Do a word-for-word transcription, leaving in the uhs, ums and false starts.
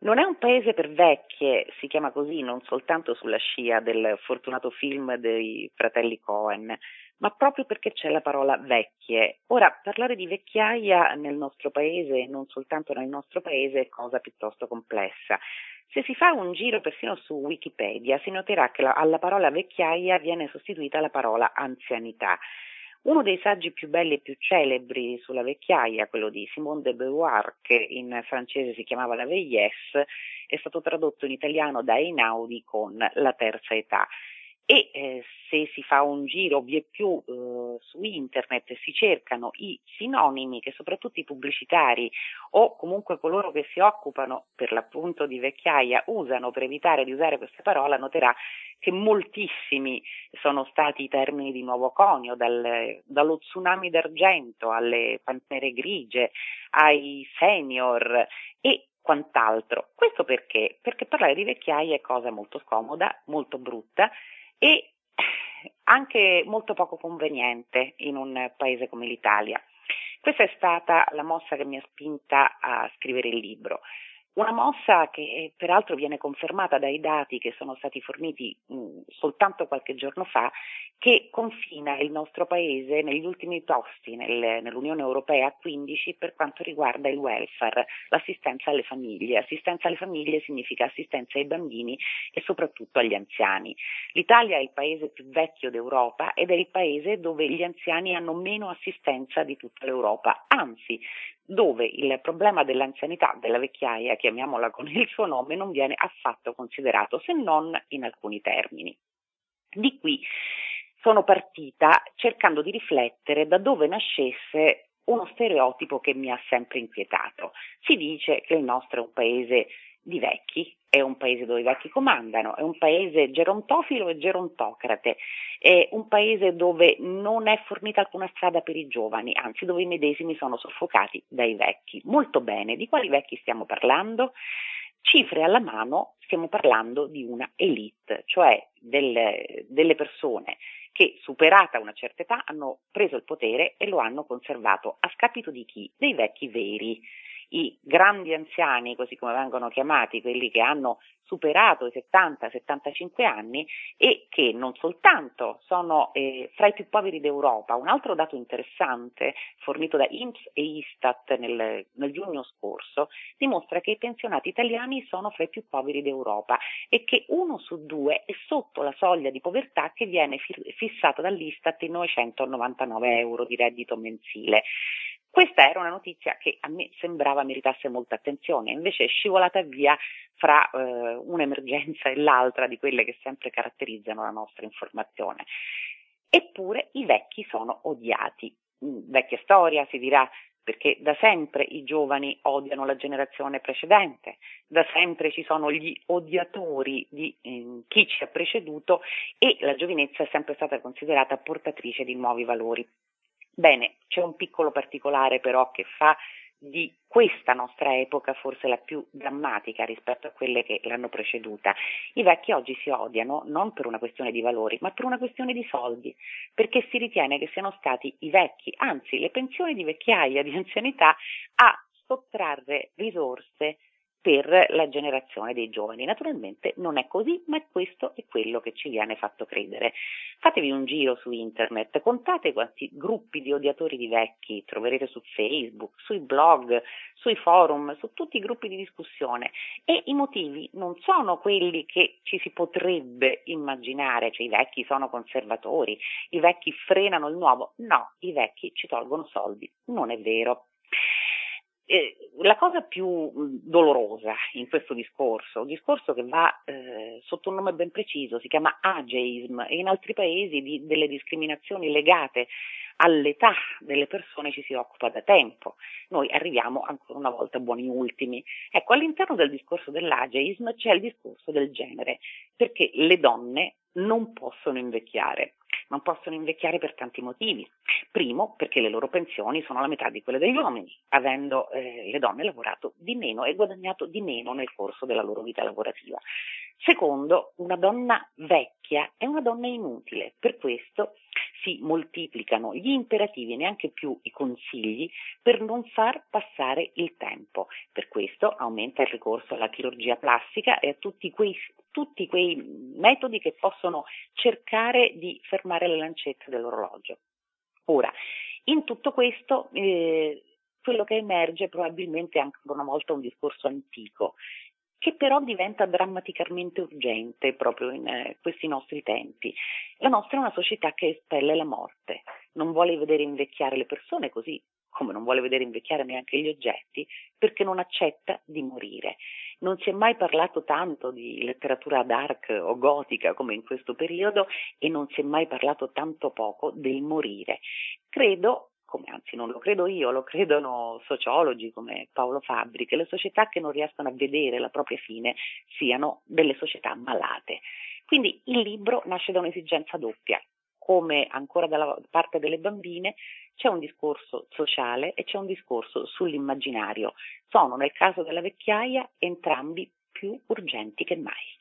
Non è un paese per vecchie, si chiama così non soltanto sulla scia del fortunato film dei fratelli Coen, ma proprio perché c'è la parola vecchie. Ora, parlare di vecchiaia nel nostro paese e non soltanto nel nostro paese è cosa piuttosto complessa. Se si fa un giro persino su Wikipedia, si noterà che la, alla parola vecchiaia viene sostituita la parola anzianità. Uno dei saggi più belli e più celebri sulla vecchiaia, quello di Simone de Beauvoir, che in francese si chiamava La vieillesse, è stato tradotto in italiano da Einaudi con La terza età. E eh, se si fa un giro vie più eh, su internet e si cercano i sinonimi che soprattutto i pubblicitari o comunque coloro che si occupano per l'appunto di vecchiaia usano per evitare di usare questa parola, noterà che moltissimi sono stati i termini di nuovo conio, dal, dallo tsunami d'argento alle pantere grigie, ai senior e quant'altro. Questo perché? Perché parlare di vecchiaia è cosa molto scomoda, molto brutta e anche molto poco conveniente in un paese come l'Italia. Questa è stata la mossa che mi ha spinta a scrivere il libro. Una mossa che peraltro viene confermata dai dati che sono stati forniti mh, soltanto qualche giorno fa, che confina il nostro paese negli ultimi posti nel, nell'Unione Europea a quindici per quanto riguarda il welfare, l'assistenza alle famiglie. Assistenza alle famiglie significa assistenza ai bambini e soprattutto agli anziani. L'Italia è il paese più vecchio d'Europa ed è il paese dove gli anziani hanno meno assistenza di tutta l'Europa, anzi dove il problema dell'anzianità, della vecchiaia, chiamiamola con il suo nome, non viene affatto considerato, se non in alcuni termini. Di qui sono partita cercando di riflettere da dove nascesse uno stereotipo che mi ha sempre inquietato. Si dice che il nostro è un paese di vecchi, è un paese dove i vecchi comandano, è un paese gerontofilo e gerontocrate, è un paese dove non è fornita alcuna strada per i giovani, anzi dove i medesimi sono soffocati dai vecchi. Molto bene, di quali vecchi stiamo parlando? Cifre alla mano, stiamo parlando di una elite, cioè delle, delle persone che, superata una certa età, hanno preso il potere e lo hanno conservato a scapito di chi? Dei vecchi veri. I grandi anziani, così come vengono chiamati, quelli che hanno superato i settanta settantacinque anni e che non soltanto sono eh, fra i più poveri d'Europa. Un altro dato interessante fornito da I N P S e Istat nel, nel giugno scorso dimostra che i pensionati italiani sono fra i più poveri d'Europa e che uno su due è sotto la soglia di povertà che viene fissata dall'Istat in novecentonovantanove euro di reddito mensile. Questa era una notizia che a me sembrava meritasse molta attenzione, invece è scivolata via fra eh, un'emergenza e l'altra di quelle che sempre caratterizzano la nostra informazione. Eppure i vecchi sono odiati. Vecchia storia, si dirà, perché da sempre i giovani odiano la generazione precedente, da sempre ci sono gli odiatori di eh, chi ci ha preceduto e la giovinezza è sempre stata considerata portatrice di nuovi valori. Bene, c'è un piccolo particolare però che fa di questa nostra epoca forse la più drammatica rispetto a quelle che l'hanno preceduta. I vecchi oggi si odiano non per una questione di valori, ma per una questione di soldi, perché si ritiene che siano stati i vecchi, anzi le pensioni di vecchiaia, di anzianità, a sottrarre risorse per la generazione dei giovani. Naturalmente non è così, ma questo è quello che ci viene fatto credere. Fatevi un giro su internet, contate quanti gruppi di odiatori di vecchi troverete su Facebook, sui blog, sui forum, su tutti i gruppi di discussione e i motivi non sono quelli che ci si potrebbe immaginare, cioè i vecchi sono conservatori, i vecchi frenano il nuovo, no, i vecchi ci tolgono soldi, non è vero. Eh, la cosa più dolorosa in questo discorso, un discorso che va eh, sotto un nome ben preciso, si chiama ageism e in altri paesi di, delle discriminazioni legate all'età delle persone ci si occupa da tempo. Noi arriviamo ancora una volta buoni ultimi. Ecco, all'interno del discorso dell'ageism c'è il discorso del genere, perché le donne non possono invecchiare. Non possono invecchiare per tanti motivi. Primo, perché le loro pensioni sono la metà di quelle degli uomini, avendo eh, le donne lavorato di meno e guadagnato di meno nel corso della loro vita lavorativa. Secondo, una donna vecchia è una donna inutile, per questo si moltiplicano gli imperativi, neanche più i consigli, per non far passare il tempo. Per questo aumenta il ricorso alla chirurgia plastica e a tutti quei, tutti quei metodi che possono cercare di fermare le lancette dell'orologio. Ora, in tutto questo, eh, quello che emerge probabilmente è ancora una volta un discorso antico, che però diventa drammaticamente urgente proprio in eh, questi nostri tempi. La nostra è una società che espelle la morte, non vuole vedere invecchiare le persone, così come non vuole vedere invecchiare neanche gli oggetti, perché non accetta di morire. Non si è mai parlato tanto di letteratura dark o gotica come in questo periodo e non si è mai parlato tanto poco del morire. Credo, come anzi non lo credo io, lo credono sociologi come Paolo Fabbri, che le società che non riescono a vedere la propria fine siano delle società malate. Quindi il libro nasce da un'esigenza doppia. Come ancora dalla parte delle bambine c'è un discorso sociale e c'è un discorso sull'immaginario. Sono, nel caso della vecchiaia, entrambi più urgenti che mai.